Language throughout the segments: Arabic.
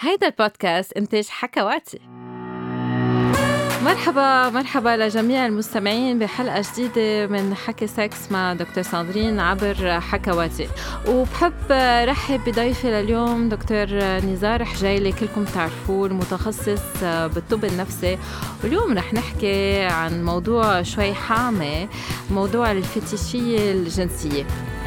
هيدا البودكاست إنتاج حكواتي. مرحبا لجميع المستمعين بحلقة جديدة من حكي سكس مع دكتور ساندرين عبر حكواتي. وبحب رحب بضيفي لليوم دكتور نزار حجيلي، كلكم تعرفوه، المتخصص بالطب النفسي. واليوم رح نحكي عن موضوع شوي حامي، موضوع الفتيشية الجنسية.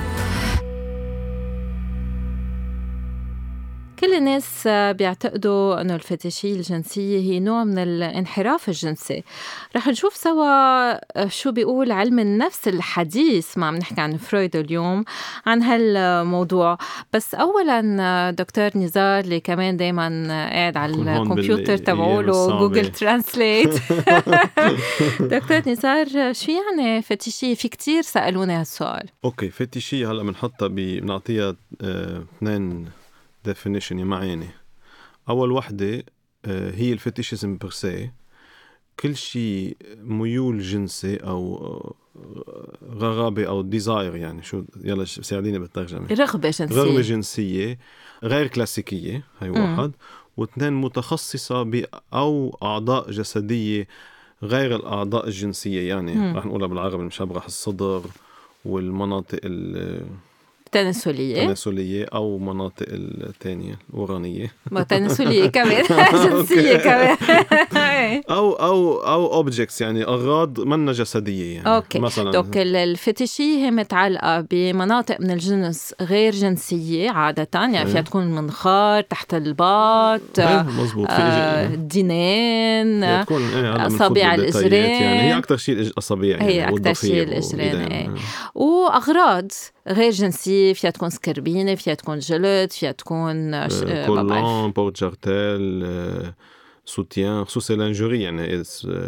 كل الناس بيعتقدوا أنه الفتيشية الجنسية هي نوع من الانحراف الجنسي. رح نشوف سوا شو بيقول علم النفس الحديث، ما عم نحكي عن فرويد اليوم، عن هالموضوع. بس أولاً دكتور نزار اللي كمان دايماً قاعد على الكمبيوتر تبعوله جوجل ترانسليت. دكتور نزار، شو يعني فتيشية؟ في كتير سألوني هالسؤال. أوكي، فتيشية هلأ بنحطها بنعطيها اثنين definition معينة. أول وحدة هي الفتيشيزم برسي، كل شيء ميول جنسي أو رغبة أو ديزاير، يعني شو يلا ساعديني بالترجمة. رغبة جنسية غير كلاسيكية، هاي واحد. واثنين متخصصة أو أعضاء جسدية غير الأعضاء الجنسية، يعني رح نقولها بالعربي المشابرة، الصدر والمناطق التناسلية أو مناطق الثانية الورانية، تناسلية كمان جنسية كمان أو objects، يعني أغراض منا جسدية، يعني أوكي. مثلا دوك الفتيشية هي متعلقة بمناطق من الجنس غير جنسية عادة، يعني فيها تكون منخار، تحت الباط، الدينين، أصابع الإجرين، يعني هي أكتر شيء الأصابع، يعني هي أكتر شيء الإجرين. وأغراض غير جنسية فيها تكون سكربينة، فيها تكون جلد، فيها تكون كولون، بورت جارتيل، سوتيان، خصوصي لانجوري، يعني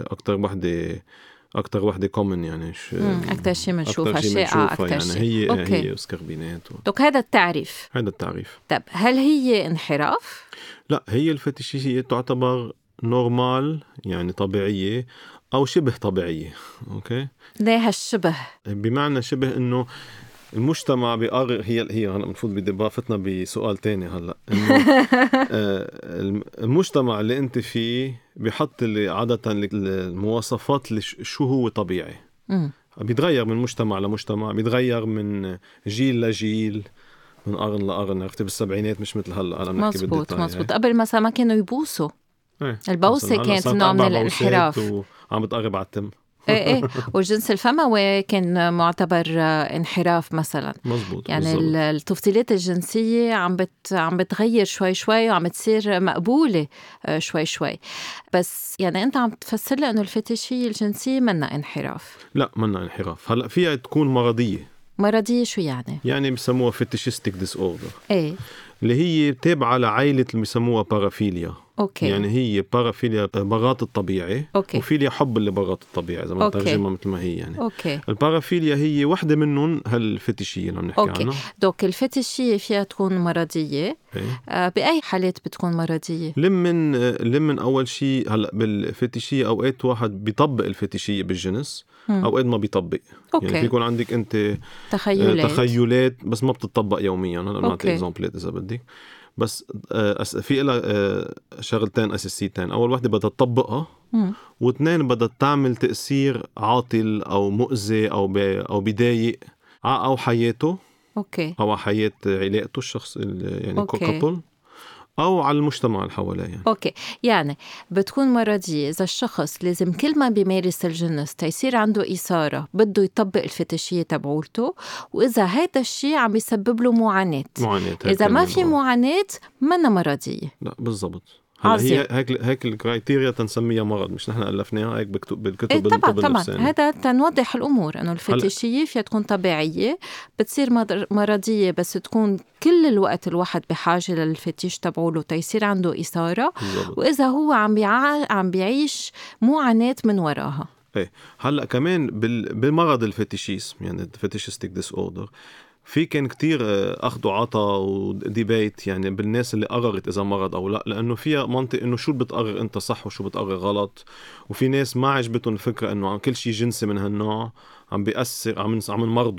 أكتر وحدة كومن، يعني أكتر شيء منشوفها شائعة أكتر يعني شيء. هي سكربينات دوك هذا التعريف. طب هل هي انحراف؟ لا، هي الفتيشية تعتبر نورمال، يعني طبيعية أو شبه طبيعية. أوكي، ليه هالشبه؟ بمعنى شبه إنه المجتمع بيقرر، هي هلا المفروض بضافتنا بسؤال تاني هلا، انه المجتمع اللي انت فيه بيحط لي عادة المواصفات شو هو طبيعي. بيتغير من مجتمع لمجتمع، بيتغير من جيل لجيل، من قرن لقرن. عرفتي بالسبعينات مش مثل هلا بنحكي مزبوط. قبل مثلا ما كانوا يبوسوا، البوسة كانت نوع من الانحراف، وعم بتقرب على التم. ايه والجنس الفموي كان معتبر انحراف مثلا. مزبوط. يعني التفضيلات الجنسية عم بتغير شوي وعم تصير مقبولة شوي. بس يعني انت عم تفسر لي انه الفتيشية الجنسية منا انحراف؟ لا، منا انحراف. هلا فيها تكون مرضية. شو يعني؟ يعني بسموها فيتيشيستيك ديس اوردر، اللي هي تابعة لعائلة اللي بسموها بارافيليا. أوكي. يعني هي بارافيليا بغاط الطبيعي، وفيليا حب اللي بغاط الطبيعي، إذا ما نترجمها مثل ما هي. يعني البارافيليا هي واحدة منهم هالفتيشية اللي عم نحكي عنها. دوك الفتيشية فيها تكون مرضية. بأي حالات بتكون مرضية؟ لمن أول شيء هلأ بالفتيشية أوقات واحد بيطبق الفتيشية بالجنس، أوقات ما بيطبق. يعني فيكون عندك أنت تخيلات بس ما بتطبق يوميا. هلأ نعطي إكزامبلات إذا بدك. بس في لها شغلتين أساسيتين. أول واحدة بدها تطبقها، واثنين بدها تعمل تأثير عاطل أو مؤذي أو بيضايق أو حياته، أو حياة علاقته الشخص، يعني كابل، أو على المجتمع اللي حواليه. يعني بتكون مرضية إذا الشخص لازم كل ما بيمارس الجنس تيصير عنده إثارة بده يطبق الفتيشية تبعولته، وإذا هذا الشيء عم يسبب له معاناة. إذا ما في معاناة منا مرضية. لا بالضبط. هي هيك الكرايتيريا تنسميها مرض، مش نحن ألفناها هيك بالكتب الطب النفساني. هذا تنوضح الأمور إنه الفتيشية فيها تكون طبيعية، بتصير مرضية بس تكون كل الوقت الواحد بحاجة للفتيش تبعوله تيصير عنده إثارة، وإذا هو عم بيعيش معاناة من وراها. هلأ كمان بالمرض الفتيشيزم، يعني الفتيشيستيك ديس أوردر، في كان كتير أخذوا عطا وديبيت يعني بالناس اللي قررت إذا مرض أو لا، لأنه فيها منطق إنه شو بتقرر أنت صح وشو بتقرر غلط. وفي ناس ما عجبتهم الفكرة إنه كل شيء جنسي من هالنوع عم بيأثر عم نمرضه.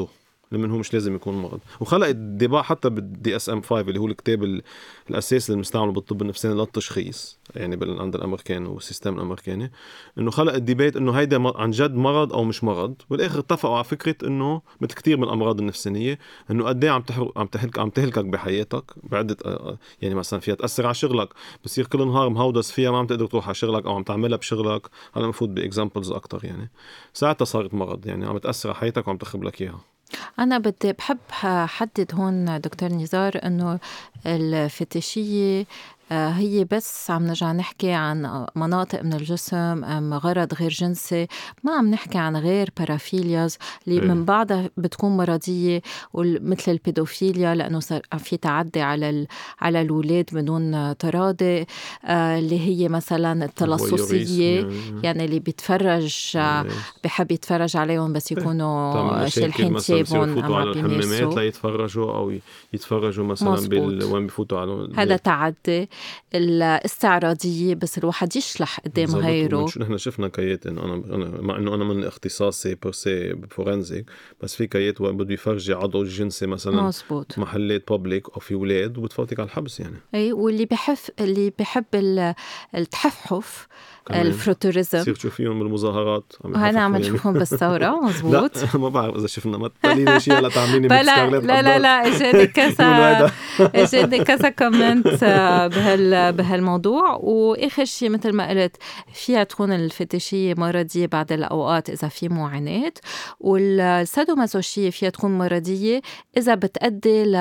لمن هو مش لازم يكون مرض. وخلق الدباع حتى بالدي اس ام 5 اللي هو الكتاب الاساسي اللي مستعمله بالطب النفساني للتشخيص يعني عند الامريكان والسيستم الامريكاني، انه خلق الديبيت انه هيدا عن جد مرض او مش مرض. بالاخر اتفقوا على فكره انه مثل كثير من الامراض النفسانيه انه قد ايه عم تهلكك بحياتك بعده يعني مثلا فيها تاثر على شغلك، بصير كل نهار مهودس فيها ما عم تقدر تروح على شغلك او عم تعملها بشغلك. هلا بنفوت باكزامبلز اكثر يعني ساعتها صارت مرض، يعني عم تاثر على حياتك وعم تخرب لك اياها. أنا بحب أحدد هون دكتور نزار أنه الفتشية هي بس عم نرجع نحكي عن مناطق من الجسم أم غرض غير جنسي، ما عم نحكي عن غير بارافيلياز اللي من بعضها بتكون مرضية مثل البيدوفيليا لأنه صار في تعدي على الولاد بدون تراضي، اللي هي مثلا التلصصية يعني اللي بيتفرج بحب يتفرج عليهم بس يكونوا شالحين تيابهم أم على الحمامات لا يتفرجوا أو يتفرجوا مثلا وين بيفوتوا على هذا تعدي. الاستعراضية بس الواحد يشلح قدام غيره. نحن شفنا كيات انه انا مع انه انا من اختصاصي بورسي بفورنزيك، بس في كيات بده يفرجي عضو الجنسي مثلا مزبوط. محلات بابليك او في اولاد وبتفوتك على الحبس يعني. اي واللي بحب التحفحف الفروتوريزم تصير تشوفيهم بالمظاهرات. هنا عم نشوفهم بالثورة. مزبوط. لا ما بعرف اذا شفنا ما تقليني شيء لا تعمليني بسكارلت. لا اجاني كذا كومنت بهالموضوع. واخر شيء مثل ما قلت فيها تكون الفتشية مرضية بعض الاوقات اذا في معاناة، والسادومازوشية فيها تكون مرضية اذا بتؤدي ل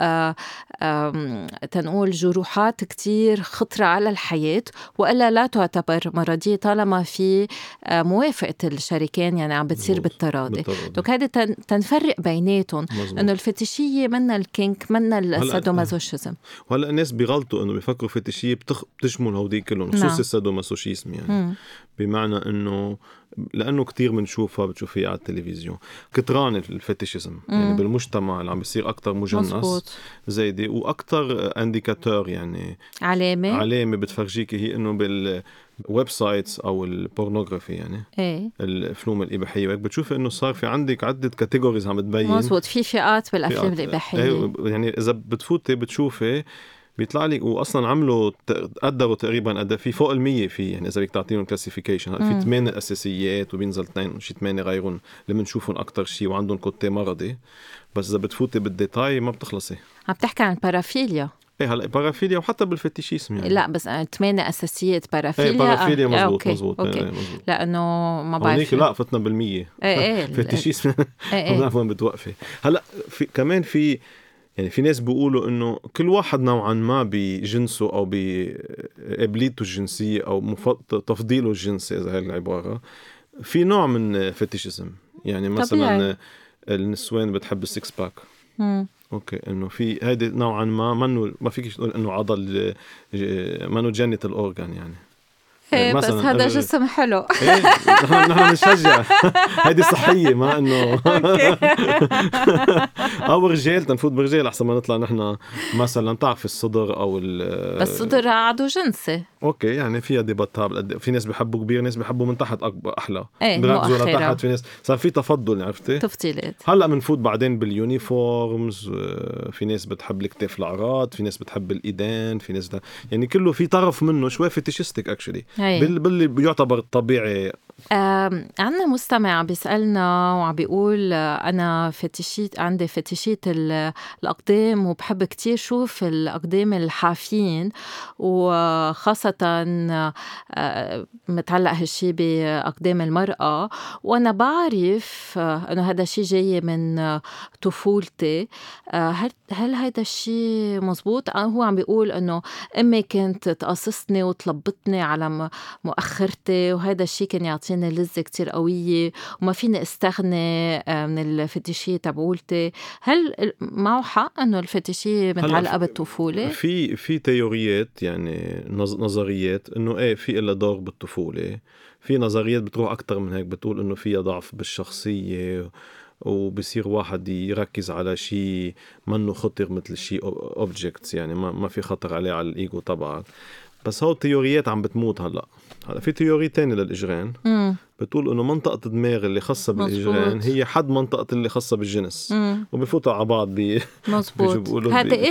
تنقول جروحات كتير خطرة على الحياة، وإلا لا تعتبر مرضية طالما في موافقة الشريكين يعني عم بتصير بالتراضي. دوك هذا تنفرق بيناتهم إنه الفتشية منا الكينك منا السادومازوشيزم. وهلا الناس بيغلطوا إنه بيفكروا فتشية بتشمل هودي كلهم خصوص السادومازوشيزم يعني بمعنى إنه لأنه كتير منشوفها بتشوفيها على التلفزيون كتران الفتشيزم يعني بالمجتمع اللي عم بيصير أكتر مجنس زايدة وأكتر انديكاتور يعني علامة بتفرجيكي هي إنه بالويب سايتس أو البورنوغرافي يعني الفيلم الإباحية وهيك بتشوفي إنه صار في عندك عدة كاتيجوريز عم تبين. مزبوط في فئات بالأفلام الإباحية يعني إذا بتفوتي بتشوفي بيطلع لك واصلا عملوا قدروا تقريبا قد في فوق 100 في يعني اذا بدك تعطيهم كلاسيفيكيشن في 8 اساسيات وبينزل 2 شي 8 غيرهم اللي بنشوفهم اكثر شيء وعندهم كوتي مرضي، بس اذا بتفوتي بالديتاي ما بتخلصي. عم تحكي عن بارافيليا. ايه هلا بارافيليا وحتى بالفتيشيزم يعني. لا بس 8 اساسيات بارافيليا. بارافيليا مزبوط أوكي. لانه ما بعرف لا فتنا بالمية. فتيشيزم ما بعرف وين بتوقفي. هلا كمان في يعني في ناس بيقولوا إنه كل واحد نوعا ما بجنسه أو بقبليته الجنسية أو تفضيله الجنسي إذا هاي العبارة في نوع من فتيشيزم يعني مثلا طبيعي. النسوان بتحب السكس باك. أوكي إنه في هيدا نوعا ما فيك تقول إنه عضل منو جينيتال أورغان يعني. بس هذا جسم حلو. نحن نشجع هيدي صحية ما إنه أو رجال تنفوت برجال أحسن ما نطلع نحن مثلا تعرف الصدر أو بس الصدر عضو جنسي. أوكي يعني فيها ديباتاب في ناس بيحبوا كبير ناس بيحبوا من تحت أكبر أحلى بركزوا لتحت في ناس صار في تفضل عرفتي تفضيلات. هلأ منفوت بعدين باليونيفورمز في ناس بتحب الكتاف العراض في ناس بتحب الإيدين في ناس يعني كله في طرف منه شوي فتيشستيك أكشلي باللي بيعتبر طبيعي. عندنا مستمع بيسألنا وعم بيقول أنا عندي فتشيت الأقدام وبحب كتير شوف الأقدام الحافين وخاصة متعلق هالشي بأقدام المرأة، وأنا بعرف أنه هذا الشي جاي من طفولتي. هل هذا الشي مزبوط؟ هو عم بيقول أنه أمي كانت تقصصني وتلبطني على مؤخرتي وهذا الشي كان يعطيني لذة كتير قوية وما فيني استغني من الفتشية تبعولتي. هل معه حق أنه الفتشية متعلقة بالطفولة؟ في تيوريات يعني نظريات أنه في إلا دور بالطفولة. في نظريات بتروح أكتر من هيك بتقول أنه فيها ضعف بالشخصية وبصير واحد يركز على شيء منه خطر مثل شيء objects يعني ما في خطر عليه على الإيجو تبعك. بس هو التيوريات عم بتموت هلا في تيوري تاني للإجرين بتقول إنه منطقة الدماغ اللي خاصة بالإجرين هي حد منطقة اللي خاصة بالجنس وبفوتوا على بعض مظبوط. هذا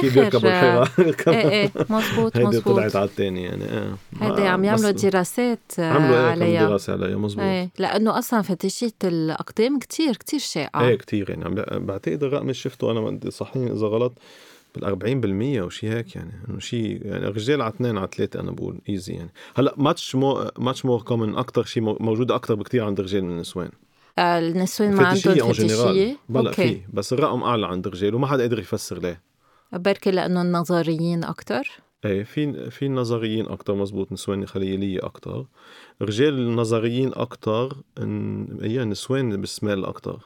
آخر مظبوط هيدي طلعت على التاني يعني هذا عم يعملوا دراسات عليها دراسة عليها مظبوط لأنه أصلا فتشية الأقدام كتير شائعة كتير يعني بعتقد الرقم اللي شفته أنا صحيح إذا غلط 40% وشي هيك يعني انه شيء يعني رجال على 2 على 3 انا بقول ايزي يعني هلا ماتش مور كومن اكثر شيء موجود اكثر بكتير عند الرجال من النسوان. النسوان ما عندهم فتشية بلا في بس الرقم اعلى عند الرجال وما حدا قادر يفسر ليه. بركي لانه النظريين اكثر. في النظريين اكثر مزبوط نسوان خليليه اكثر رجال النظريين اكثر نسوان بالسمال اكثر.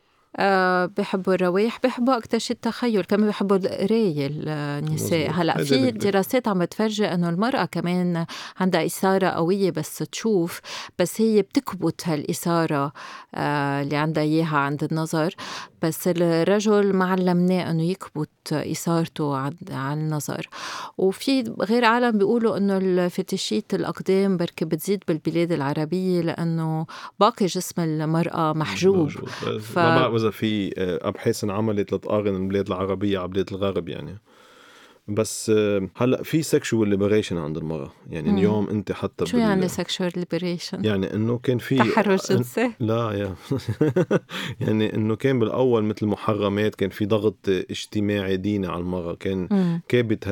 بيحبوا الروايح بيحبوا أكتر شيء التخيل كمان بيحبوا القراية النساء. هلأ في دراسات عم بتفرجي أنه المرأة كمان عندها إثارة قوية بس تشوف بس هي بتكبت هالإثارة اللي عندها إياها عند النظر بس الرجل ما علمناه أنه يكبت إثارته على النظر. وفي غير عالم بيقولوا أنه الفتشية الأقدام بركي بتزيد بالبلاد العربية لأنه باقي جسم المرأة محجوب. ما بعرف إذا في أبحاث انعملت لتقارن البلاد العربية على بلاد الغرب يعني بس هلأ في sexual liberation عند المرأة يعني اليوم أنت حتى شو يعني sexual liberation؟ يعني إنه كان في تحرر جنسي؟ لا يعني إنه كان بالأول مثل محرمات كان في ضغط اجتماعي ديني على المرأة كان كابت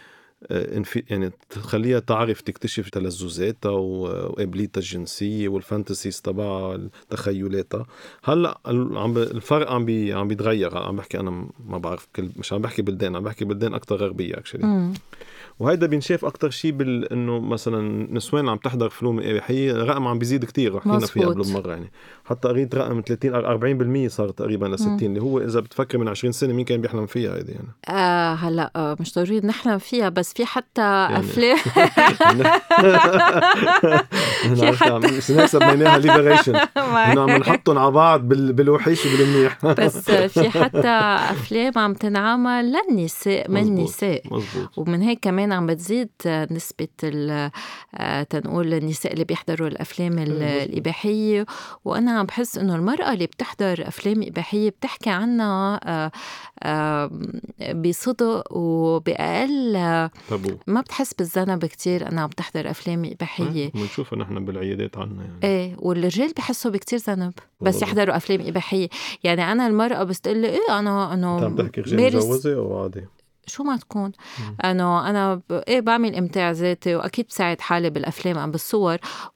يعني تخليها تعرف تكتشف تلذذاتها وقابليتها الجنسية والفانتسيز تبعها تخيلاتها. هلا الفرق عم بيتغير. عم بحكي انا ما بعرف مش عم بحكي بلدان عم بحكي بلدان اكثر غربية اكشلي وهيدا بينشاف اكثر شيء انه مثلا نسوان عم تحضر فيلم اباحيه رقم عم بيزيد كتير وحكينا فيه قبل بمره يعني حتى قريت رقم 30-40% صار تقريبا ل 60 اللي هو اذا بتفكر من 20 سنه مين كان بيحلم فيها هيدي يعني هلا مش ضروري نحلم فيها بس في حتى يعني افلام في حتى نحسب بينها ليبريشن انه عم نحطهم على بعض بالوحش وبالمنيح بس في حتى افلام عم تنعمل للنساء من النساء ومن هيك كمان عم بتزيد نسبة تنقول النساء اللي بيحضروا الأفلام الإباحية. وأنا عم بحس إنه المرأة اللي بتحضر أفلام إباحية بتحكي عنها بصدق وبأقل ما بتحس بالذنب كتير أنا عم بتحضر أفلام إباحية. بنشوفها نحن بالعيادات عنا يعني والرجال بيحسوا بكتير ذنب بس يحضروا أفلام إباحية. يعني أنا المرأة بس تقول لي أنا بتحكي رجال مجوزة أو عادي شو ما تكون أنا بعمل إمتاع ذاتي وأكيد بساعد حالي بالأفلام أم بالصور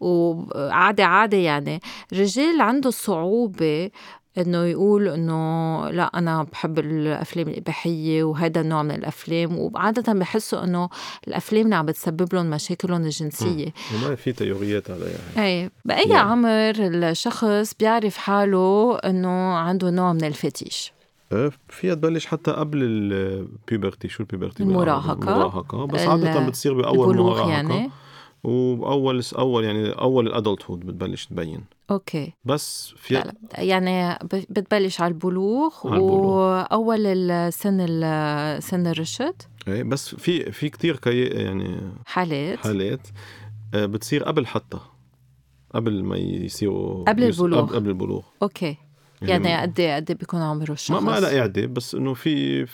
وعادي يعني. رجال عنده صعوبة إنه يقول إنه لا أنا بحب الأفلام الإباحية وهذا النوع من الأفلام وعادة بحسوا إنه الأفلام اللي عم بتسبب لهم مشاكلهم الجنسية وما في تيوريات عليها. أي بأي عمر الشخص بيعرف حاله إنه عنده نوع من الفتيش؟ فيها تبلش حتى قبل البيبرتي. شو البيبرتي؟ المراهقة بس عادة بتصير بأول مراهقة يعني وبأول يعني أول الأدلت هود بتبلش تبين. أوكي بس لا يعني بتبلش على البلوغ وأول سن الرشد. بس في كتير يعني حالات بتصير قبل حتى قبل ما يصيروا قبل البلوغ. أوكي يعني قد بيكون عمره الشخص؟ ما لا إعدي بس إنه في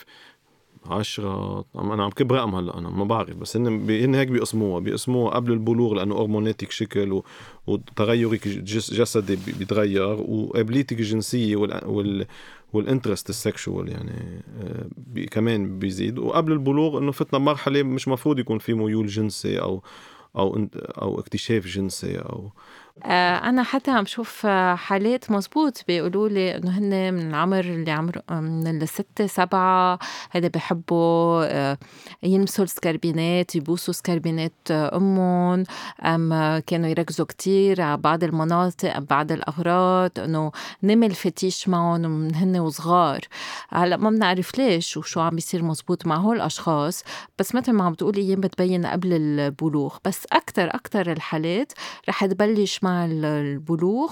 10 أنا عم كب رقم هلا أنا ما بعرف بس إن هيك بيقسموها قبل البلوغ لأنه هرموناتك شكل وتغيرك جسدي بيتغير وقابليتك الجنسية والانترست السكشوال يعني كمان بيزيد. وقبل البلوغ إنه فتنا مرحلة مش مفروض يكون في ميول جنسي أو اكتشاف جنسي أو أنا حتى عم شوف حالات مزبوط بيقولوا لي إنه هن من العمر اللي عمره من 6-7 هذا بيحبوا يلمسوا السكربينات يبوسوا سكربينات أمهم كانوا يركزوا كتير على بعض المناطق بعض الأغراض إنه نمل فتيش معهم من هن وصغار. هلأ ما بنعرف ليش وشو عم بيصير مزبوط مع هول الأشخاص بس مثل ما عم بتقولي بتبين قبل البلوغ. بس أكتر الحالات رح تبلش مع البلوغ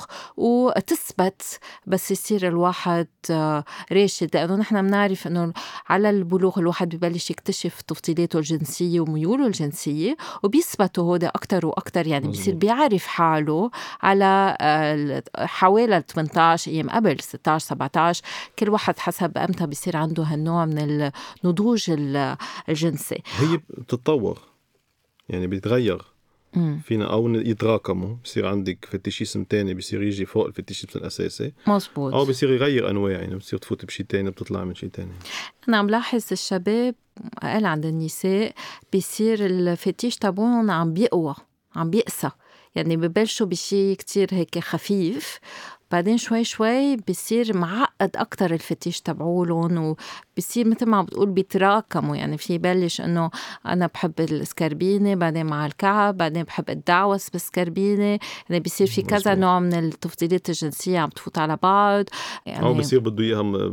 وتثبت بس يصير الواحد راشد، لأنه نحن بنعرف أنه على البلوغ الواحد ببلش يكتشف تفضيلاته الجنسية وميوله الجنسية وبيثبتوا هودا أكتر وأكتر، يعني بيصير بيعرف حاله على حوالي 18 أيام قبل 16 17 كل واحد حسب أمتى بيصير عنده هالنوع من النضوج الجنسي. هي بتتطور يعني بيتغير فينا أو يتراكموا، بيصير عندك فتيشيسم تاني بيصير يجي فوق الفتيشيسم الأساسي مزبوط، أو بيصير يغير أنواع، يعني بيصير تفوت بشي تاني بتطلع من شي تاني. أنا عم لاحظ الشباب أقل عند النساء بيصير الفتيش تابون عم بيقوى عم بيقسى، يعني ببلشوا بشي كتير هيك خفيف بعدين شوي شوي بيصير معقد أكتر الفتيش تبعولن وبيصير مثل ما بتقول بيتراكموا، يعني في بلش إنه أنا بحب السكربينة بعدين مع الكعب بعدين بحب الدعوس بالسكربينة، يعني بيصير في كذا نوع من التفضيلات الجنسية عم تفوت على بعض، يعني أو بيصير بده إياها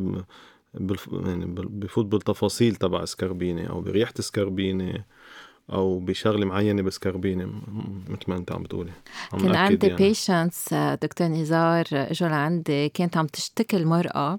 يعني بفوت بالتفاصيل تبع سكربينة أو بريحة سكربينة أو بشغلة معينة بسكربينة مثل ما أنت عم بتقولي. كان عندي بيشنتس دكتور نزار اجوا لعندي كانت عم تشتكي المرأة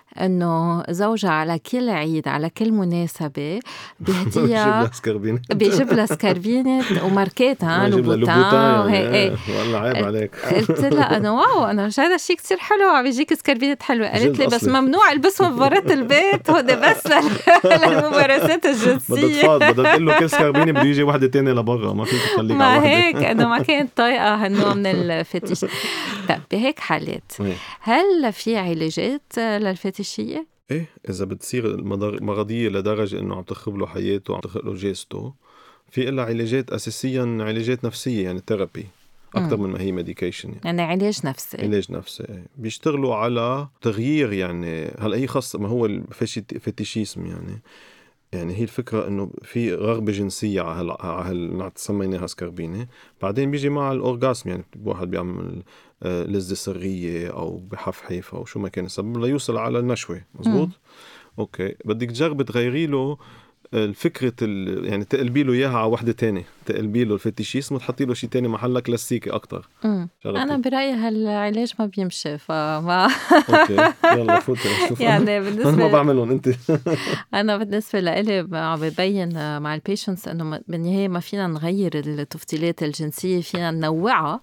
انه زوجها على كل عيد على كل مناسبة بيهديها بيجيب لها سكربينة وماركاتها لوبوتان يعني والله عيب عليك. قلت لها انا واو انا مش هذا الشيء كتير حلو عم يجيك سكربينة حلوة. قالت لي بس ممنوع البسهم برات البيت هودي بس للممارسات الجنسية. بدها تقول له كل سكربينة بده يجي واحدة تانية لبرا ما فيك تخليك على واحدة. ما هيك أنا ما كنت طايقة هالنوع من الفتيش. طيب بهيك حالات هل في علاجات للفتيشية؟ ايه اذا بتصير مرضيه لدرجه انه عم تخرب له حياته عم تخرب له جسده في إلا علاجات اساسيا علاجات نفسيه يعني ثيرابي اكثر من ما هي ميديكيشن يعني علاج نفسي. علاج نفسي بيشتغلوا على تغيير يعني هلا هي خاصه ما هو الفتيشيزم يعني هي الفكره انه في رغبه جنسيه على سميناها سكربينه بعدين بيجي مع الاورغاسم يعني واحد بيعمل لذة سرية أو بحفحف أو شو ما كان السبب ليوصل على النشوة. مزبوط. أوكي بدك تجرب تغيري له الفكرة يعني تقلبي له إياها على واحدة تانية تقلبي له الفتيشيزم وتحطي له شيء تاني محلها كلاسيكي أكتر. أنا برأيي هالعلاج ما بيمشي فما أوكي يلا فوت شوف يعني بالنسبة أنا ما بعملهم أنت. أنا بالنسبة لإلي عم ببين مع البيشنتس إنه بالنهاية ما فينا نغير التفضيلات الجنسية فينا ننوعها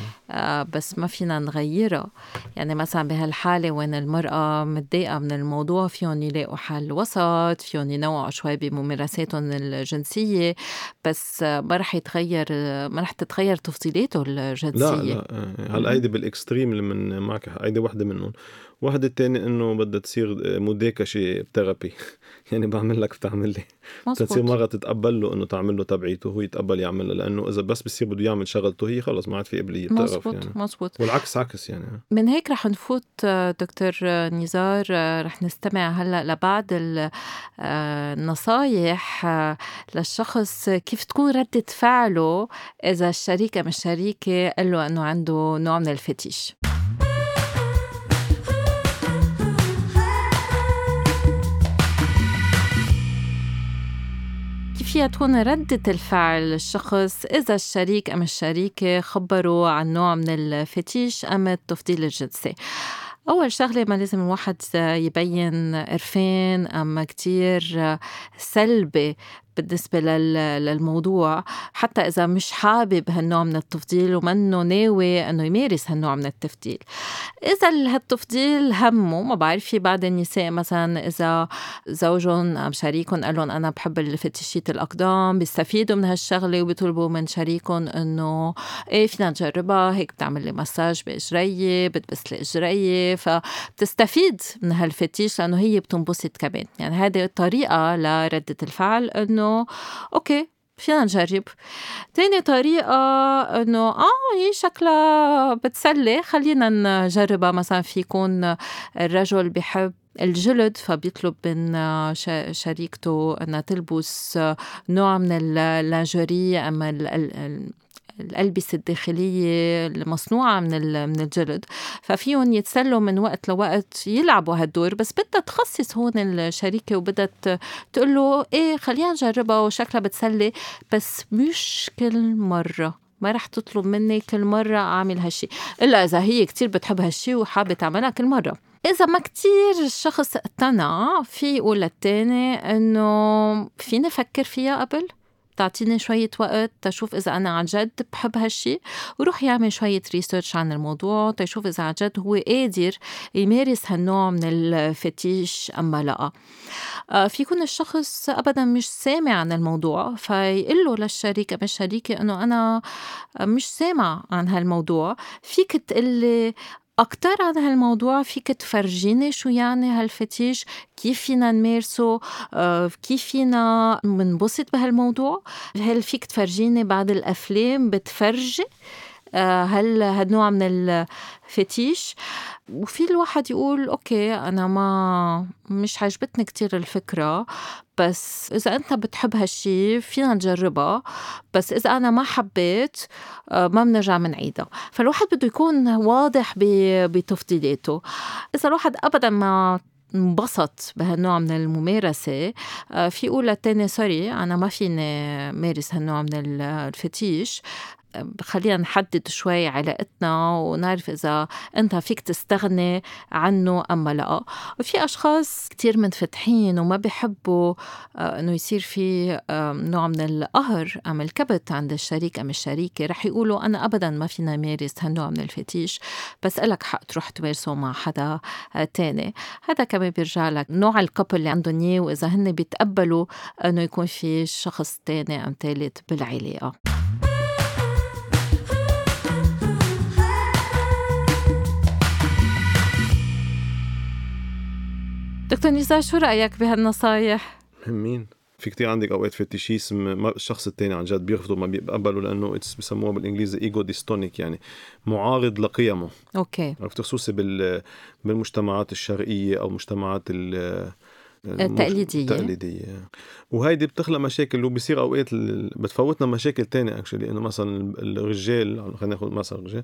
بس ما فينا نغيرها. يعني مثلا بهالحالة وين المرأة متضايقة من الموضوع فيهم يلاقوا حل وسط فيهم ينوعوا شوي بممارساتهم الجنسية بس ما رح تتغير تفضيلاته الجنسية. لا هلا هيدي بالاكستريم اللي من معك هيدي واحدة منهم. واحدة التانية انه بدها تصير موديكا ثيرابي يعني بعمل لك بتعمل لي تصير مرة تتقبل له انه تعمل له تبعيته هو يتقبل يعملها لانه اذا بس بصير بده يعمل شغلته هي خلص ما عاد في قبلية بتعرف يعني. مزبوط. والعكس عكس يعني. من هيك رح نفوت دكتور نزار رح نستمع هلا لبعض النصايح للشخص كيف تكون ردة فعله اذا الشريك أم الشريكة قال له انه عنده نوع من الفتيش. فيها تكون ردة الفعل الشخص إذا الشريك أم الشريكة خبروا عن نوع من الفتيش أم التفضيل الجنسي. أول شغلة ما لازم الواحد يبين قرفان أما كتير سلبي بالنسبة للموضوع حتى إذا مش حابب هالنوع من التفضيل ومنه ناوي أنه يمارس هالنوع من التفضيل. إذا هالتفضيل همه ما بعرف في بعض النساء مثلا إذا زوجهم أم شريكهم قالون أنا بحب الفتيشيت الأقدام بيستفيدوا من هالشغلة وبيطلبوا من شريكهم أنه إيه فينا نجربها هيك بتعمل لي مساج بإجرية بتبس لي إجرية فبتستفيد من هالفتيش لأنه هي بتنبسط كمان. يعني هذه الطريقة لردة الفعل أنه أوكي فينا نجرب. تاني طريقة أنه هي شكلها بتسلي خلينا نجربها. مثلا في يكون الرجل بيحب الجلد فبيطلب من شريكته أنها تلبس نوع من اللانجوري أما الألبسة الداخلية المصنوعة من الجلد ففيهم يتسلوا من وقت لوقت يلعبوا هالدور بس بدها تخصص هون الشريكة وبدها تقول له إيه خلينا نجربها وشكلها بتسلي بس مش كل مرة ما رح تطلب مني كل مرة أعمل هالشي، إلا إذا هي كتير بتحب هالشي وحابة تعملها كل مرة. إذا ما كتير الشخص اقتنع، في يقول للتاني إنه فيني أفكر فيها قبل، تعطيني شوية وقت تشوف إذا أنا عن جد بحب هالشي، وروح يعمل شوية ريسيرش عن الموضوع تشوف إذا عن جد هو قادر يمارس هالنوع من الفتيش أما لا. في يكون الشخص أبدا مش سامع عن الموضوع، فيقله للشريك أو الشريكة إنه أنا مش سامع عن هالموضوع، فيك تقلي أكتر عن هالموضوع، فيك تفرجيني شو يعني هالفتيش، كيف فينا نمارسه، كيف فينا منبسط بهالموضوع. هل فيك تفرجيني بعض الأفلام بتفرجي هل هالنوع من الفتيش؟ وفي الواحد يقول أوكي أنا ما مش عجبتني كتير الفكرة، بس إذا أنت بتحب هالشي فينا نجربها، بس إذا أنا ما حبيت ما بنرجع منعيدها. فالواحد بده يكون واضح بتفضيلاته. إذا الواحد أبدا ما انبسط بهالنوع من الممارسة، في يقول للتاني سوري أنا ما فيني مارس هالنوع من الفتيش، خلينا نحدد شوي علاقتنا ونعرف إذا أنت فيك تستغني عنه أما لا. وفي أشخاص كتير منفتحين وما بيحبوا أنه يصير في نوع من القهر أم الكبت عند الشريك أم الشريكة، رح يقولوا أنا أبدا ما فينا مارس هالنوع من الفتيش، بس إلك حق تروح تمارسه مع حدا تاني. هذا كمان بيرجع لك نوع الكابل اللي عندهم إياه، وإذا هن بيتقبلوا أنه يكون في شخص تاني أم تالت بالعلاقة. دكتور نزار شو رأيك بهالنصايح؟ مهمين. في كتير عندك أوقات فتيشيزم الشخص التاني عن جد بيرفضوا ما بيقبلوا، لأنه بيسموها بالإنجليزي إيجو ديستونيك، يعني معارض لقيمه. أوكي. خصوصي بالمجتمعات الشرقية أو مجتمعات التقليدية. وهيدي بتخلق مشاكل، وبيصير أوقات بتفوتنا مشاكل تانية أكشلي، إنه مثلا الرجال، خلينا ناخد مثلا الرجال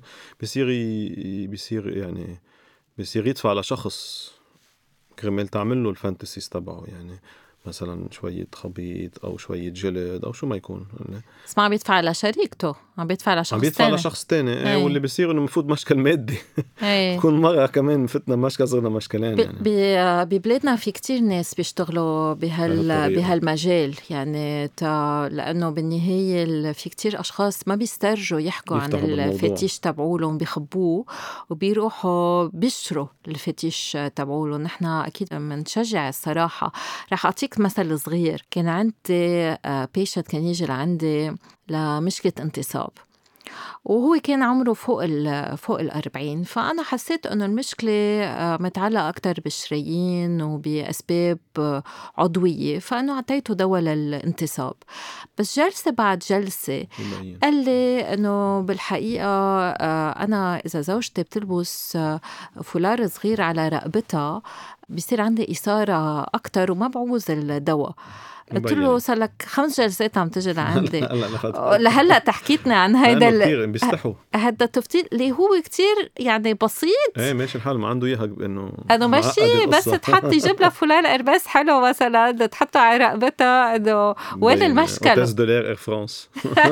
بيصير يدفع على شخص كرمال تعمل له الفانتسيز تبعه، يعني مثلا شوية خبيط أو شوية جلد أو شو ما يكون. بس ما عم بيدفع على شريكته، عم بيدفع على شخص تاني. واللي بيصير إنه مفروض مشكل مادي. كون مرة كمان فتنا مشكل صرنا مشكلين. يعني ببلادنا في كتير ناس بيشتغلوا بهالمجال، يعني لأنه بالنهاية في كتير أشخاص ما بيسترجوا يحكوا عن الفتيش تبعولهم، بيخبوه وبيروحوا بيشتروا الفتيش تبعولهم. نحن أكيد منشجع الصراحة. رح أعطيك مثل صغير. كان عندي بيشنت كان يجي لعندي لمشكلة انتصاب، وهو كان عمره فوق 40. فأنا حسيت أنه المشكلة متعلقة أكتر بالشرايين وبأسباب عضوية، فأنه عطيته دواء للانتصاب. بس جلسة بعد جلسة قال لي أنه بالحقيقة أنا إذا زوجتي بتلبس فولار صغير على رقبتها بيصير عندي إثارة أكتر وما بعوز الدواء. قلت له صار لك 5 جلسات عم تجي لعندي لهلا تحكيتنا عن هذا التفضيل اللي هو كتير يعني بسيط. ماشي الحال، ما عنده اياها انه ماشي، بس تحط يجيب لها فلان ارباس حلو مثلا تحطه على رقبتها، انه وين المشكل؟ $10 اير فرانس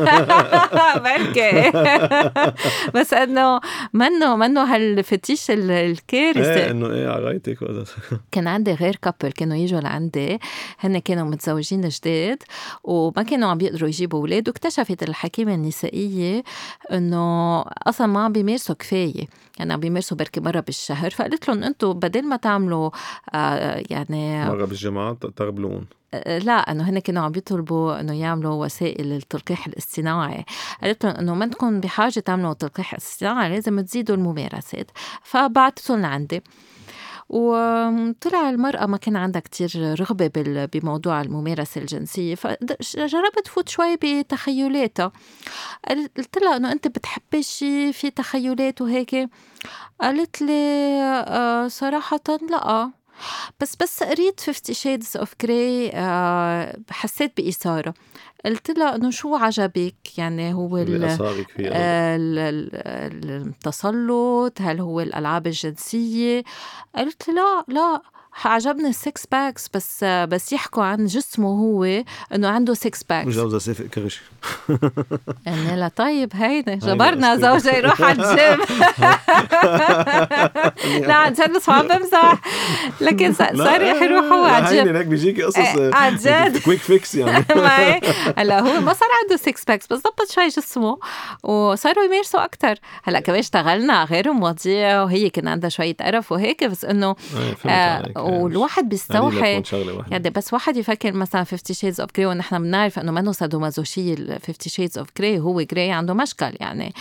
بركي. بس انه منه هالفتيش الكارثه. انه عرايتك. كان عندي غير كابل كانوا يجوا لعندي، هن كانوا متزوجين جداد وما كانوا عم بيقدروا يجيبوا أولاد، واكتشفت الحكيمة النسائية إنه أصلا ما عم بيمارسوا كفاية، يعني عم بيمارسوا بركي مرة بالشهر. فقلت لهم أنتوا بدل ما تعملوا يعني مرة بالجمعة تغبلون، لا، أنه هن كانوا عم بيطلبوا أنه يعملوا وسائل التلقيح الاصطناعي. قلت لهم أنه ما تكون بحاجة تعملوا تلقيح اصطناعي، لازم تزيدوا الممارسات. فبعتتهم لعندي، وطلع المرأة ما كان عندها كتير رغبة بموضوع الممارسة الجنسية، فجربت فوت شوي بتخيلاتها. قلت لها أنه أنت بتحبي شي في تخيلات وهيك؟ قالت لي صراحة لا، بس قريت 50 Shades of Grey حسيت بإثارة. قلت لها إنه شو عجبك؟ يعني هو التسلط؟ هل هو الألعاب الجنسية؟ قالت لي لا عجبني السكس باكس بس يحكوا عن جسمه هو انه عنده سكس باكس. مجوزة سيفق كرش. يعني لا طيب هيدا جبرنا زوجي يروح على الجيم. لا عن جد بس عم بمزح، لكن صار رح يروحوا على الجيم. هيك بيجيكي قصص عن جد كويك فيكس يعني. هلا هو ما صار عنده سكس باكس بس ضبط شوي جسمه وصاروا يمارسوا اكثر. هلا كمان اشتغلنا غير مواضيع وهي كان عندها شويه قرف وهيك، بس انه والواحد بيستوحي يعني بس واحد يفكر مثلا 50 Shades of Grey، ونحن بنعرف انه منه سادومازوشية 50 Shades of Grey، هو جراي عنده مشكل يعني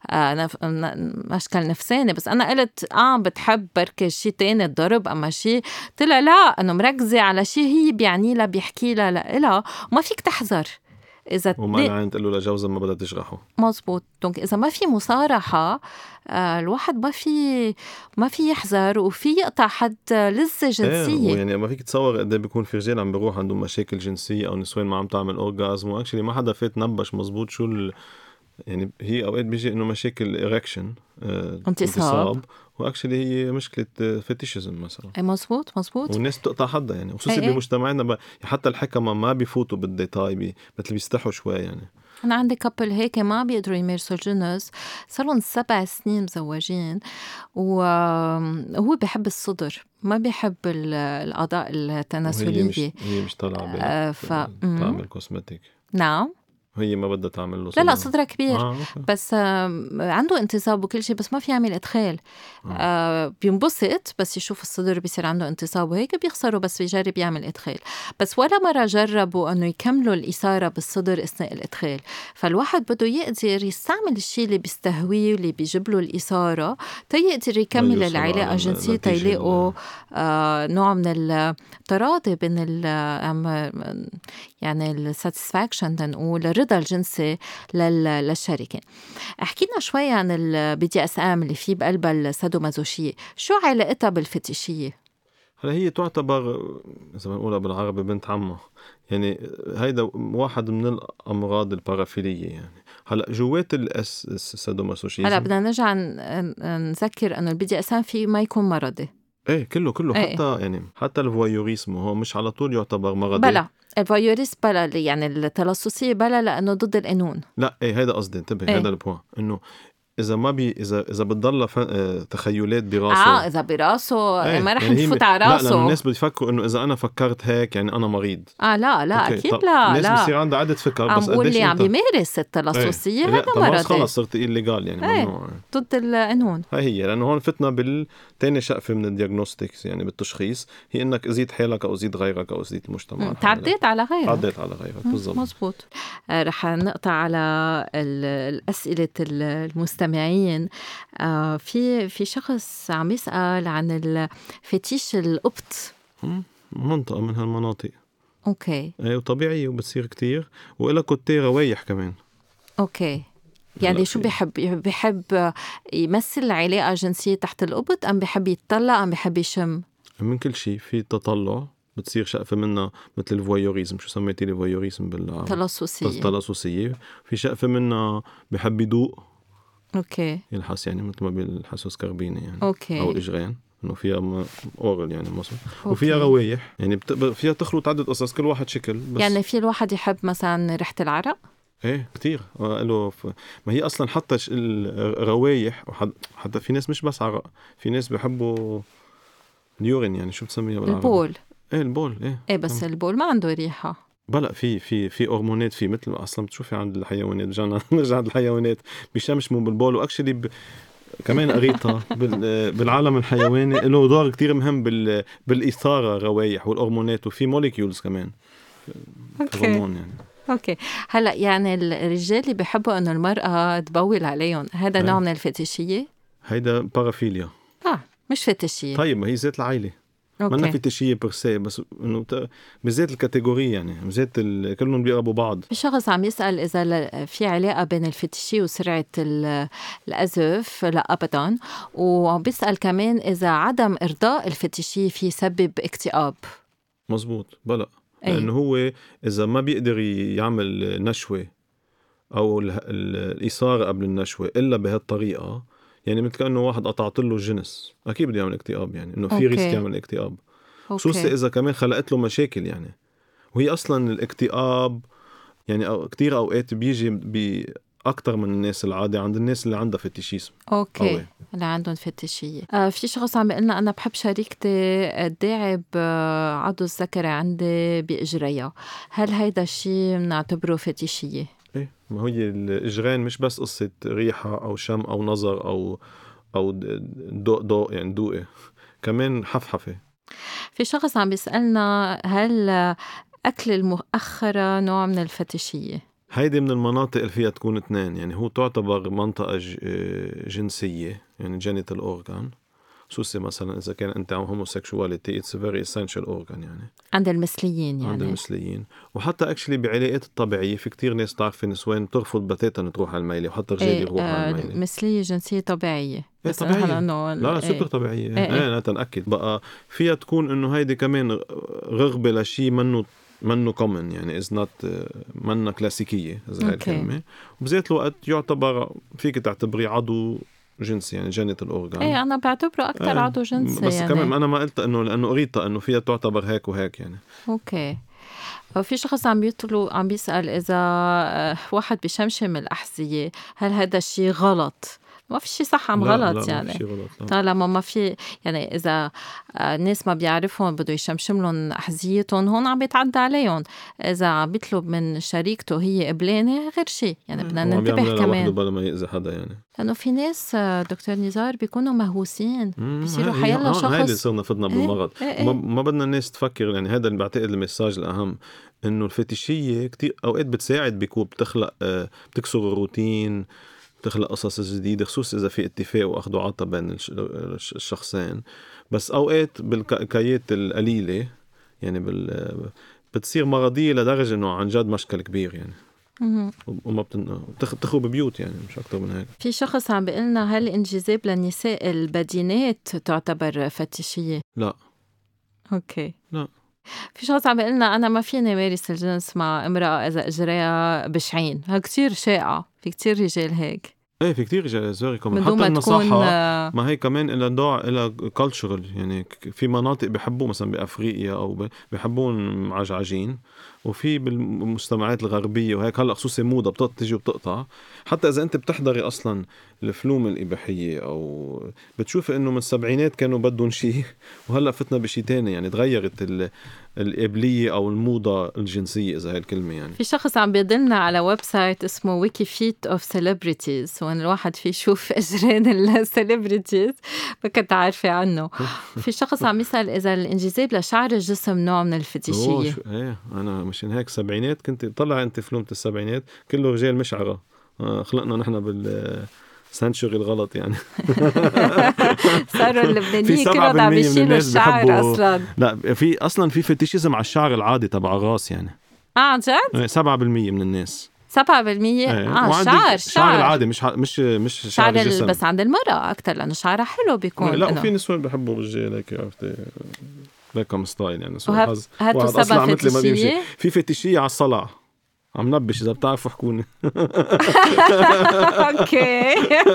مشكل نفساني. بس انا قلت بتحب بركي شيء تاني الضرب اما شيء، طلع لا انه مركزه على شيء هي بيعني لها بيحكي لها وما فيك تحذر. إذا وما العين تقول له لجوزها ما بدها تجرحه. مزبوط. دونك إذا ما في مصارحة الواحد ما في يحذر وفي يقطع حد لذة جنسية. يعني ما فيك تصور قد ايه بيكون في رجال عم بيروح عندهم مشاكل جنسية أو نسوان ما عم تعمل أورغازم واكشلي ما حدا فات نبش مزبوط شو يعني هي أوقات بيجي إنه مشاكل إريكشن انتصاب واكشلي هي مشكلة فيتيشيزم مثلا. مزبوط والناس بتقطع حدا يعني خصوصي بمجتمعنا حتى الحكمة ما بيفوتوا بالديتاي مثل بيستحوا شوي يعني. أنا عندي كابل هيك ما بيقدروا يمارسوا الجنس، صاروا 7 سنين مزوجين وهو بيحب الصدر ما بيحب الأعضاء التناسلية. هي مش طالعة تعمل كوسمتيك. نعم هي ما بدها تعمل له لا صدرها كبير بس عنده انتصاب وكل شيء بس ما في يعمل إدخال. بينبسط بس يشوف الصدر بيصير عنده انتصاب وهيك بيخسره، بس بيجرب يعمل إدخال. بس ولا مرة جربوا أنه يكملوا الإثارة بالصدر أثناء الإدخال. فالواحد بده يقدر يستعمل الشيء اللي بيستهويه واللي بيجيب له الإثارة تيقدر يكمل العلاقة الجنسية تيلاقوا نوع من التراضي بين يعني الساتسفاكشن تنقول الرضا الجنسي للشريكين. احكينا شوي عن البي دي اس ام اللي فيه بقلبها السادومازوشية، شو علاقتها بالفتيشية؟ هلا هي تعتبر إذا بنقولها بالعربي بنت عمها، يعني هيدا واحد من الأمراض البارافيلية يعني. هلا جوات السادومازوشية هلا بدنا نرجع نذكر انه البي دي اس ام فيه ما يكون مرضي. ايه كله حتى يعني حتى الفوايوريزم هو مش على طول يعتبر مرضي. بلا الفوايوريزم بلا يعني التلصصية بلا لأنه ضد القانون. لا ايه هيدا قصدي انتبه. هيدا البوان انه إذا ما إذا بتضل تخيلات براسه إذا براسه ما رح يعني نفوت على راسه. لا لأن الناس بتفكروا إنه إذا أنا فكرت هيك يعني أنا مريض. لا أكيد لا الناس بصير عندها عدة فكر. بس قديش اللي عم بيمارس التلصصية هذا مرضي خلص صرت إليغال يعني ممنوع ضد القانون. هي لأنه هون فتنا بالتاني شقفة من الدياغنوستيكس يعني بالتشخيص، هي إنك أزيد حالك أو أزيد غيرك أو أزيد المجتمع. تعديت على غيرك بالضبط. مزبوط. رح نقطع على الأسئلة المستمعين. في شخص عم يسأل عن الفتيش القبط. منطقة من هالمناطق. أوكي. وطبيعية وبتصير كتير وإلا كتير روايح كمان. أوكي. يعني شو بيحب يمثل علاقة جنسية تحت القبط أم بيحب يتطلع أم بيحب يشم؟ من كل شيء. في تطلع بتصير شقفة منها مثل الفوايوريزم. شو سميتي الفوايوريزم تلصصية. في شقفة منها بيحب يدوق. أوكي. يلحس يعني مثل ما بيلحسوا سكربينة يعني. أوكي. أو إجرين إنه فيها أورال يعني مصر. وفيها روايح يعني فيها تخلط عدة قصص كل واحد شكل. بس يعني في الواحد يحب مثلا ريحة العرق. ايه كتير ما هي اصلا حتى الروايح حتى في ناس مش بس عرق، في ناس بيحبوا اليورين يعني شو بتسميها بالعربي؟ البول. البول ايه بس البول ما عنده ريحة. بلا في هرمونات فيه مثل اصلا بتشوفي عند الحيوانات. نرجع عند الحيوانات بيشمشموا بالبول. واكشلي كمان قريتها بالعالم الحيواني له دور كتير مهم بالاثاره روايح والهرمونات وفي موليكيولز كمان. هرمون يعني. اوكي. هلا يعني الرجال اللي بيحبوا انه المرأة تبول عليهم هذا نوع من الفتيشية؟ هيدا بارافيليا. مش فتيشية. طيب ما هي ذات العائلة. ما فتيشية برسي بس انه بذات الكاتيجورية يعني بذات كلهم بيقربوا بعض. في شخص عم يسأل إذا في علاقة بين الفتيشية وسرعة الأزف. لا أبدا. وعم بيسأل كمان إذا عدم إرضاء الفتيشية في سبب اكتئاب. مزبوط. بلا لأنه هو إذا ما بيقدر يعمل نشوة أو الإثارة قبل النشوة إلا بهالطريقة يعني مثل كأنه واحد قطعت له الجنس أكيد بده يعمل اكتئاب يعني إنه في ريسك يعمل اكتئاب. خصوصا إذا كمان خلقت له مشاكل يعني. وهي أصلا الاكتئاب يعني كتير أوقات بيجي أكتر من الناس العادة عند الناس اللي عندها فتيشيزم. أوكي. اللي عندهم فتيشية. في شخص عم بيقلنا أنا بحب شريكتي تداعب عضو الذكري عندي بإجريها، هل هيدا الشيء بنعتبره فتيشية؟ إيه، ما هي الإجرين مش بس قصة ريحة أو شم أو نظر أو ضوء يعني دوقة، كمان حفحفة. في شخص عم بيسألنا هل أكل المؤخرة نوع من الفتيشية؟ هيدي من المناطق اللي فيها تكون اثنين، يعني هو تعتبر منطقة جنسية يعني genital organ، خصوصي مثلا إذا كان أنت عم homosexuality it's a very essential organ يعني عند المثليين يعني. عند المثليين. وحتى actually بعلاقات الطبيعية في كتير ناس تعرف نسوان بترفض بتاتا تروح على الميلة، وحتى رجال يروحوا على الميلة. مثلية جنسية طبيعية. بس طبيعية. لا سوبر طبيعية. أنا تنأكد بقى فيها تكون إنه هيدي كمان رغبة لشي منه common يعني is not منه كلاسيكية إذا هاي الكلمة، وبذات الوقت يعتبر فيك تعتبري عضو جنسي يعني genital organ. ايه انا بعتبره اكثر عضو جنسي بس يعني. كمان انا ما قلت لانه قريتها انه فيها تعتبر هيك وهيك يعني. اوكي. في شخص عم بيسأل اذا واحد بيشمشم الاحذية هل هذا الشيء غلط؟ ما في شيء صح عم غلط لا يعني. ما في شيء غلط. طالما ما في يعني إذا الناس ما بيعرفون بده يشمشم لهم أحذيتهم هون عم بيتعدى عليهم. إذا عم بيطلب من شريكته هي قبلانة غير شيء يعني بدنا ننتبه كمان بلا ما يأذي حدا يعني. لأنه في ناس دكتور نزار بيكونوا مهووسين بيصيروا حيلا شخص. هذا صرنا فدنا بالمرض. ما بدنا الناس تفكر يعني. هذا اللي بعتقد المساج الأهم إنه الفتيشية كتير أوقات بتساعد بيكون بتخلق بتكسر الروتين، تخلق قصص جديدة، خصوصا إذا في اتفاق وأخذ وعطا بين الشخصين. بس أوقات بالكايات القليلة يعني بتصير مرضية لدرجة إنه عن جد مشكل كبير يعني. وما بتخرب بيوت يعني مش أكتر من هيك. في شخص عم بيقلنا هل انجذاب للنساء البدينات تعتبر فتيشية؟ لا. أوكي. لا. في شخص عم بيقلنا أنا ما فيني مارس الجنس مع امرأة إذا إجريها بشعين، ها كتير شائعة، في كتير رجال هيك. ايه في كتير رجال زوري كمان حتى النصاحة ما هي كمان إلى نوع إلى كالتشرال يعني. في مناطق بيحبوا مثلا بأفريقيا أو بيحبون معجعجين، وفي بالمجتمعات الغربية وهيك هلا خصوصي موضة تجي وبتقطع. حتى إذا أنت بتحضري أصلا الفلوم الإباحية أو بتشوفي إنه من السبعينات كانوا بدهم شيء وهلا فتنا بشي تاني يعني. تغيرت القبلية أو الموضة الجنسية إذا هاي الكلمة يعني. في شخص عم بيدلنا على ويب سايت اسمه ويكي فيت أوف سيلبريتيز، وين الواحد فيه يشوف أجرين السيلبريتيز ما كنت عارفة عنه. في شخص عم يسأل إذا الانجذاب لشعر الجسم نوع من الفتيشية. ايه أنا مشان هيك السبعينات كنت طلع أنت فلومة السبعينات كله رجال مشعرة. خلقنا نحن سنشري الغلط يعني. صاروا اللبنانيين كلهم عم يشيلوا الشعر أصلا. لا في أصلا في فتيشيزم على الشعر العادي تبع الراس يعني. عن جد؟ 7% من الناس. 7%؟ الشعر العادي مش شعر الجسم. بس عند المرأة أكتر لأنه شعرها حلو بيكون. لا وفي نسوان بيحبوا الرجال هيك عرفتي بيكم ستايل يعني. هاتوا سبب فتيشية. في فتيشية على الصلع عم نبش إذا بتعرفوا حكوني. أوكي.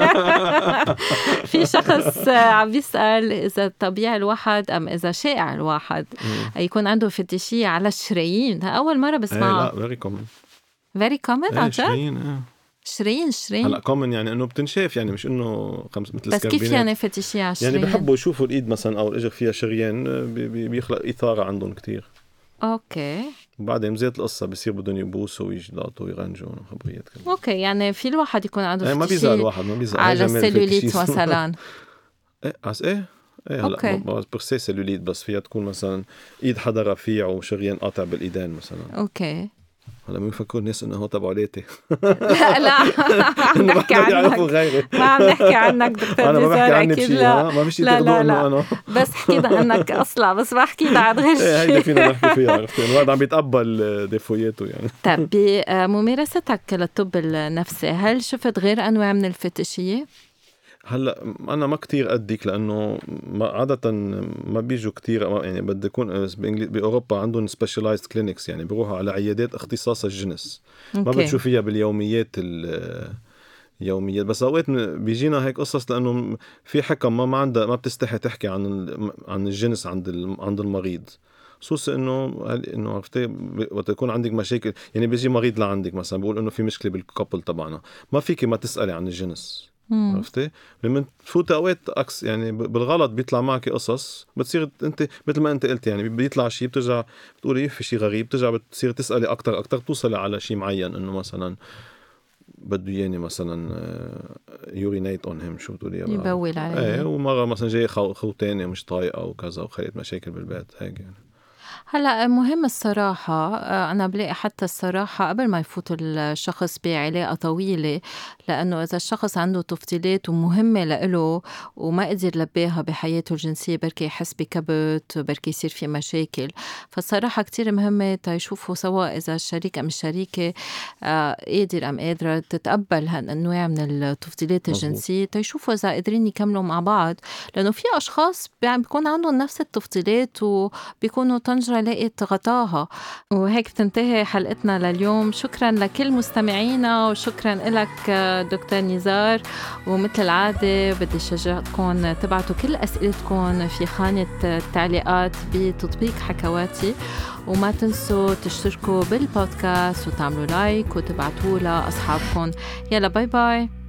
في شخص عم بيسأل إذا طبيعي الواحد أم إذا شائع الواحد يكون عنده فتيشية على الشرايين. أول مرة بسمعها. لا very common. very common عن جد؟ شرايين هلا common يعني إنه بتنشاف يعني مش إنه مثل بس كيف يعني فتيشية على الشرايين؟ يعني بحبوا يشوفوا الإيد مثلا أو الإجر فيها شريان بيخلق إثارة عندهم كتير. أوكي. وبعدين زيت القصة بصير بدهم يبوسوا ويجلطوا ويغنجوا خبريات كده. أوكي يعني في الواحد يكون عنده فتيشية ما بيزعل الواحد ما بيزعل على السيلوليت مثلا. ايه هلا برسي سيلوليت بس فيها تكون مثلا ايد حدا رفيع وشريان قاطع بالايدين مثلا. اوكي. هلا مين يفكروا الناس انه هو تبع ليتي. لا عم نحكي عنك. ما عم نحكي عنك دكتور نزار اكيد. لا ما فيش تاخذوا انه انا بس حكينا عنك اصلا بس ما حكينا عن غير شيء. هيدا فينا نحكي فيها عرفتي الواحد عم بيتقبل ديفوياته يعني. طيب بممارستك للطب النفسي هل شفت غير انواع من الفتيشية؟ هلا انا ما كتير قدك لانه عاده ما بيجوا كتير يعني بدي يكون باوروبا عندهم سبيشالايزد كلينكس يعني بيروحوا على عيادات اختصاص الجنس. ما بتشوفيها باليوميات يوميا. بس اوقات بيجينا هيك قصص لانه في حكم ما عندها، ما بتستحي تحكي عن الجنس عند المريض، خصوصا انه عرفتي وقت يكون عندك مشاكل. يعني بيجي مريض لعندك مثلا بيقول انه في مشكله بالكابل تبعنا، ما فيكي ما تسالي عن الجنس. عرفتي لما تفوت اوقات اكس يعني بالغلط بيطلع معك قصص، بتصير انت مثل ما انت قلت يعني بيطلع شيء بترجع بتقولي في شيء غريب، بترجع بتصير تسالي اكثر توصلي على شيء معين، انه مثلا بده ياني مثلا يورينيت اون هيم، شو بتقولي يبول عليه. ايه، ومره مثلا جاي خوتاني مش طايقه وكذا وخليت مشاكل بالبيت هيك يعني. هلأ مهم الصراحة، أنا بلاقي حتى الصراحة قبل ما يفوت الشخص بعلاقة طويلة، لأنه إذا الشخص عنده تفضيلات ومهمة لإله وما قدر يلبيها بحياته الجنسية بركي يحس بكبت، بركي يصير في مشاكل. فالصراحة كتير مهمة تيشوفوا سوا إذا الشريك أم الشريكة قادر أم قادرة تتقبل هالأنواع من التفضيلات الجنسية، تيشوفوا إذا قادرين يكملوا مع بعض. لأنه في أشخاص بيكون عندهم نفس التفضيلات وبيكونوا طنجرة لقيت غطاها. وهيك بتنتهي حلقتنا لليوم. شكرا لكل مستمعينا وشكرا لك دكتور نزار. ومثل العادة بدي شجعكم تبعتوا كل أسئلتكم في خانة التعليقات بتطبيق حكواتي، وما تنسوا تشتركوا بالبودكاست وتعملوا لايك وتبعتوا لأصحابكم. يلا باي باي.